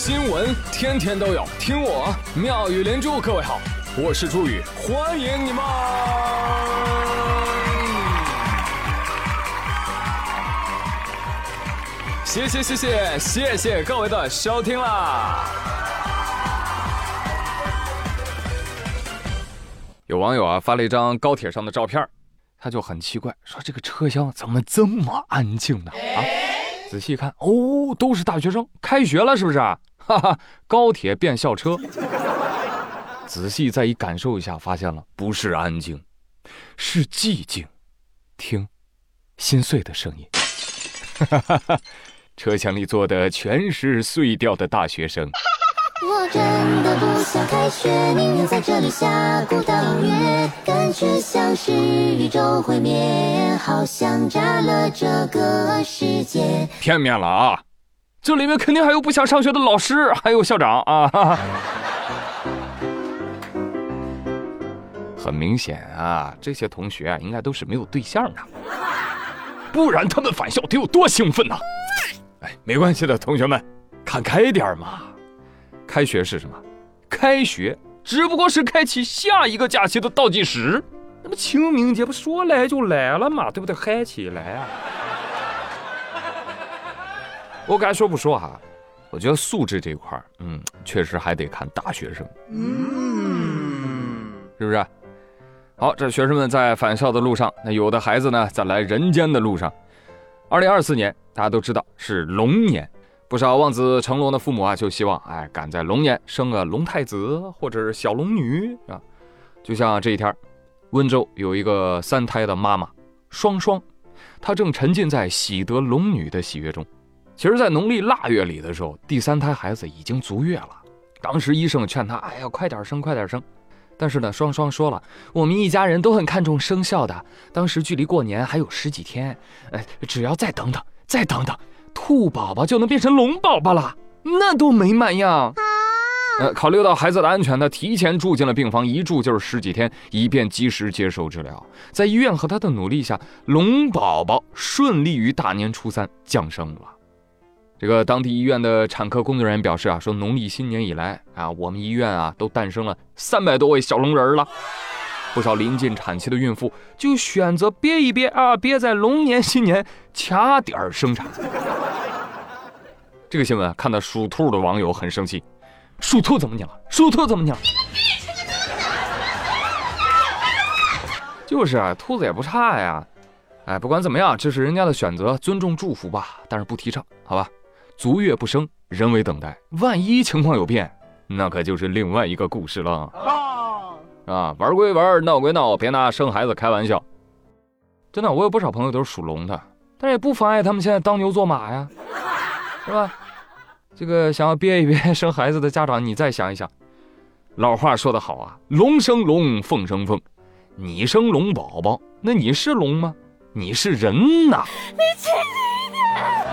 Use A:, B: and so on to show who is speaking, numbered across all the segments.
A: 新闻天天都有，听我妙语连珠。各位好，我是朱宇，欢迎你们。谢谢各位的收听啦。有网友啊发了一张高铁上的照片，他就很奇怪，说这个车厢怎么这么安静呢？啊，仔细一看，哦，都是大学生，开学了是不是啊？哈哈，高铁变校车。仔细再一感受一下，发现了不是安静，是寂静。听，心碎的声音。哈哈哈，车厢里坐的全是碎掉的大学生。
B: 我真的不想开学，宁愿在这里下孤岛月，感觉像是宇宙毁灭，好想炸了这个世界。
A: 片面了啊，这里面肯定还有不想上学的老师，还有校长啊。哈哈，很明显啊，这些同学啊应该都是没有对象的，不然他们返校得有多兴奋呢？哎，没关系的，同学们，看开点嘛。开学是什么？开学只不过是开启下一个假期的倒计时。那么清明节不说来就来了嘛，对不对？嗨起来啊！我该说不说哈，我觉得素质这块确实还得看大学生，是不是？好，这学生们在返校的路上，那有的孩子呢在来人间的路上。2024年大家都知道是龙年，不少望子成龙的父母啊，就希望赶在龙年生个龙太子或者是小龙女啊。就像这一天，温州有一个3胎的妈妈双双，她正沉浸在喜得龙女的喜悦中。其实在农历腊月里的时候，第3胎孩子已经足月了，当时医生劝她快点生快点生。但是呢，双双说了，我们一家人都很看重生肖的，当时距离过年还有10几天，只要再等等，兔宝宝就能变成龙宝宝了，那多美满呀！考虑到孩子的安全，他提前住进了病房，一住就是10几天，以便及时接受治疗。在医院和他的努力下，龙宝宝顺利于大年初3降生了。这个当地医院的产科工作人员表示说农历新年以来我们医院都诞生了300多位小龙人了。不少临近产期的孕妇就选择憋一憋憋在龙年新年掐点生产。这个新闻看到属兔的网友很生气，属兔怎么你了？属兔怎么你了？就是兔子也不差呀。不管怎么样，这是人家的选择，尊重祝福吧，但是不提倡，好吧？足月不生，人为等待，万一情况有变，那可就是另外一个故事了。玩归玩，闹归闹，别拿生孩子开玩笑。真的，我有不少朋友都是属龙的，但是也不妨碍他们现在当牛做马呀，是吧？这个想要憋一憋生孩子的家长，你再想一想，老话说得好啊，龙生龙，凤生凤。你生龙宝宝，那你是龙吗？你是人呐！
B: 你去你的！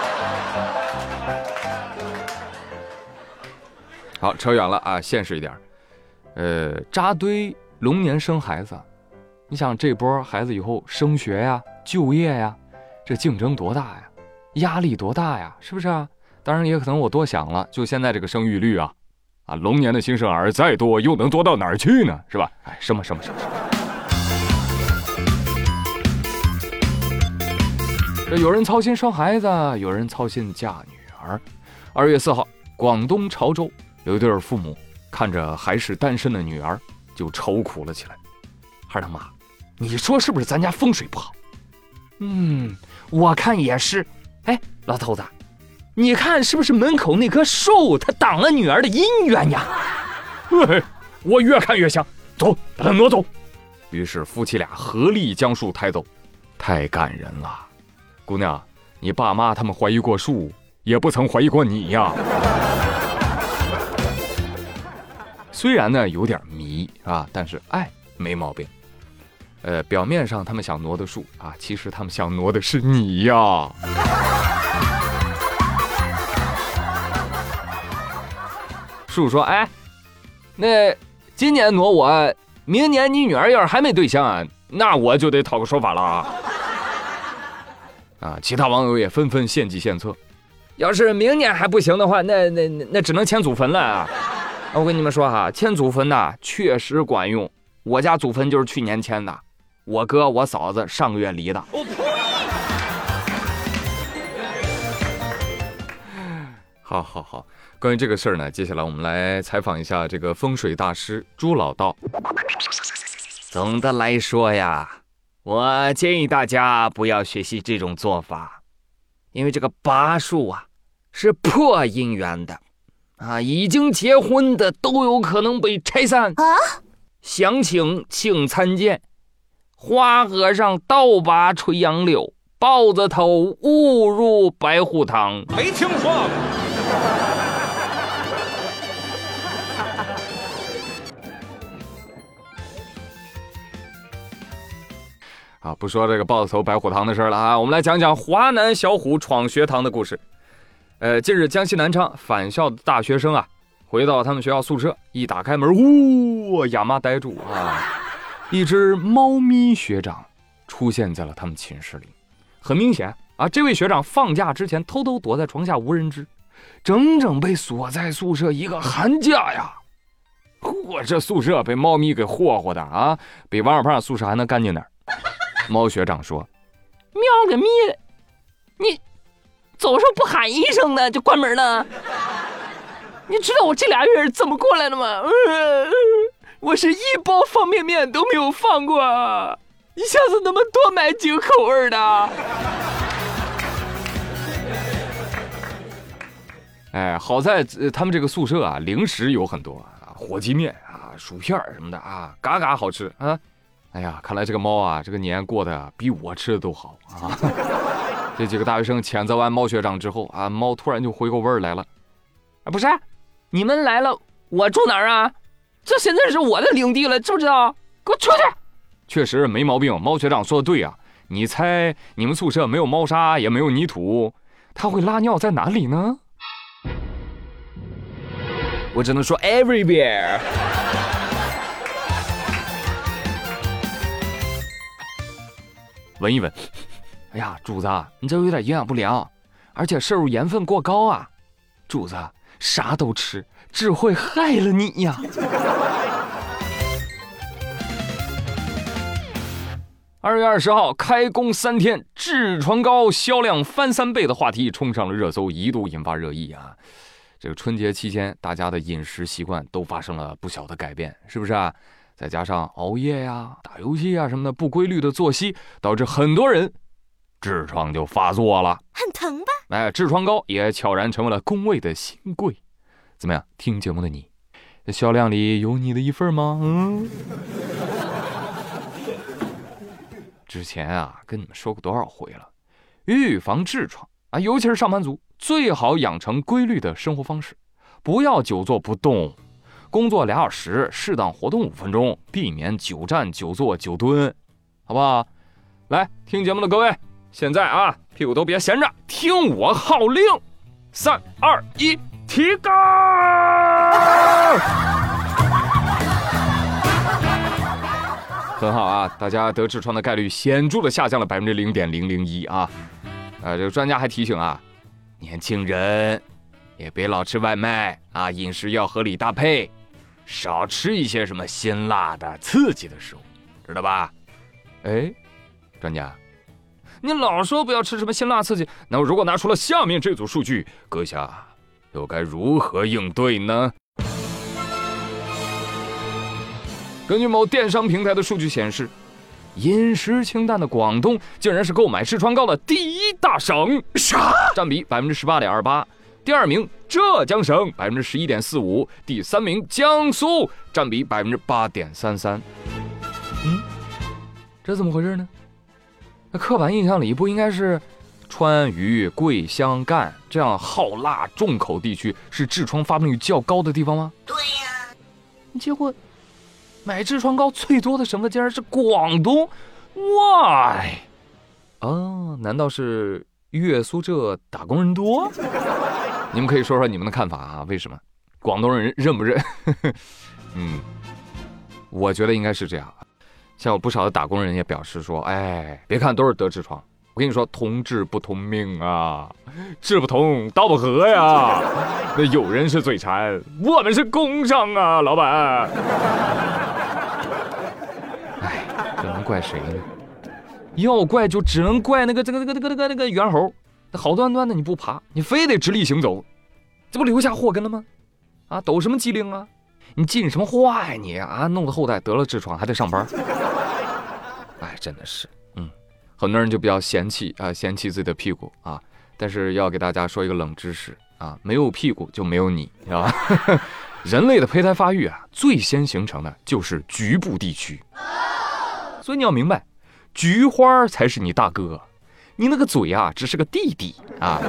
A: 好，扯远了啊，现实一点。扎堆龙年生孩子，你想这波孩子以后升学呀、就业呀，这竞争多大呀，压力多大呀，是不是啊？当然也可能我多想了，就现在这个生育率龙年的新生儿再多又能多到哪儿去呢？是吧？什么。有人操心生孩子，有人操心嫁女儿。2月4号，广东潮州有一对父母看着还是单身的女儿，就愁苦了起来。孩儿他妈，你说是不是咱家风水不好？我看也是。老头子，你看是不是门口那棵树它挡了女儿的姻缘呀？我越看越像，走，把它挪走。于是夫妻俩合力将树抬走，太感人了。姑娘，你爸妈他们怀疑过树，也不曾怀疑过你呀。虽然呢有点迷但是爱没毛病。表面上他们想挪的树其实他们想挪的是你呀。树说：“那今年挪我，明年你女儿要是还没对象，那我就得讨个说法了。”其他网友也纷纷献计献策。 要是明年还不行的话，那只能迁祖坟了啊！我跟你们说哈，迁祖坟呐确实管用。我家祖坟就是去年迁的，我哥我嫂子上个月离的。好，关于这个事儿呢，接下来我们来采访一下这个风水大师朱老道。总的来说呀，我建议大家不要学习这种做法，因为这个八数啊是破姻缘的啊，已经结婚的都有可能被拆散啊。详情请参见花和尚倒拔垂杨柳，豹子头误入白虎堂。
C: 没听说过。
A: 啊，不说这个豹子头白虎堂的事了啊，我们来讲讲华南小虎闯学堂的故事。近日江西南昌返校的大学生啊，回到他们学校宿舍，一打开门，亚麻呆住啊！一只猫咪学长出现在了他们寝室里。很明显啊，这位学长放假之前偷偷躲在床下无人知，整整被锁在宿舍一个寒假呀！我这宿舍被猫咪给霍霍的啊，比王小胖宿舍还能干净点。猫学长说：“
D: 喵个咪，你走时候不喊一声呢就关门了？你知道我这俩月是怎么过来的吗？我是一包方便面都没有放过，一下子能不能多买几个口味的？”
A: 哎，好在他们这个宿舍啊，零食有很多啊，火鸡面啊、薯片什么的啊，嘎嘎好吃啊。哎呀，看来这个猫啊，这个年过得比我吃的都好啊。这几个大学生谴责完猫学长之后啊，猫突然就回过味儿来了。
D: 啊，不是，你们来了，我住哪儿啊？这现在是我的领地了，知不知道？给我出去！
A: 确实没毛病，猫学长说的对啊。你猜你们宿舍没有猫砂，也没有泥土，它会拉尿在哪里呢？我只能说 everywhere。闻一闻，哎呀，主子，你这有点营养不良，而且摄入盐分过高啊！主子，啥都吃，只会害了你呀！2月20号，开工3天，痔疮膏销量翻3倍的话题冲上了热搜，一度引发热议啊！这个春节期间，大家的饮食习惯都发生了不小的改变，是不是啊？再加上熬夜呀、打游戏啊什么的，不规律的作息，导致很多人痔疮就发作了，
B: 很疼吧？
A: 哎，痔疮膏也悄然成为了工位的新贵。怎么样？听节目的你，销量里有你的一份吗？之前啊，跟你们说过多少回了，预防痔疮啊，尤其是上班族，最好养成规律的生活方式，不要久坐不动。工作2小时，适当活动5分钟，避免久站、久坐、久蹲，好不好？来听节目的各位，现在啊，屁股都别闲着，听我号令，3、2、1，提高！很好啊，大家得痔疮的概率显著的下降了0.001%啊。这个专家还提醒啊，年轻人也别老吃外卖啊，饮食要合理搭配。少吃一些什么辛辣的刺激的食物，知道吧？哎，专家，你老说不要吃什么辛辣刺激，那如果拿出了下面这组数据，阁下又该如何应对呢？根据某电商平台的数据显示，饮食清淡的广东竟然是购买痔疮膏的第1大省，啥？占比18.28%。第2名浙江省11.45%，第3名江苏占比8.33%。这怎么回事呢？那刻板印象里不应该是川渝、贵湘赣这样好辣重口地区是痔疮发病率较高的地方吗？
B: 对呀，
A: 结果买痔疮膏最多的省份竟然是广东 ，why？ 难道是粤苏浙打工人多？你们可以说说你们的看法啊？为什么广东人认不认？我觉得应该是这样。像有不少的打工人也表示说，哎，别看都是得痔疮， 我跟你说，同志不同命啊，志不同道不合呀。那有人是嘴馋，我们是工伤啊，老板。哎，这能怪谁呢？要怪就只能怪那个猿猴，好端端的你不爬，你非得直立行走，这不留下祸根了吗？啊，抖什么机灵啊？你进什么话呀你啊？弄得后代得了痔疮还得上班。哎，真的是，很多人就比较嫌弃自己的屁股啊。但是要给大家说一个冷知识啊，没有屁股就没有你，知道吧？人类的胚胎发育啊，最先形成的就是局部地区，所以你要明白，菊花才是你大哥，你那个嘴啊，只是个弟弟啊。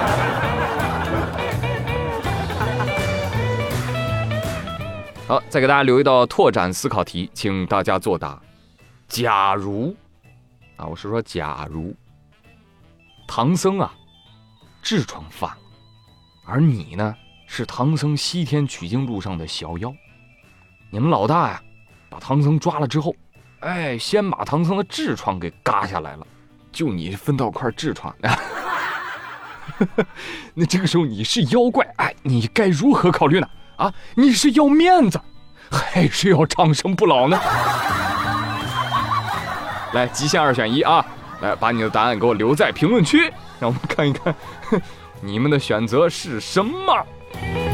A: 好，再给大家留一道拓展思考题，请大家作答。假如啊，我是说假如唐僧啊痔疮犯了，而你呢是唐僧西天取经路上的小妖，你们老大呀把唐僧抓了之后，先把唐僧的痔疮给嘎下来了，就你分到块痔疮。那这个时候你是妖怪，你该如何考虑呢？啊，你是要面子还是要长生不老呢？来，极限2选1啊！来，把你的答案给我留在评论区，让我们看一看你们的选择是什么。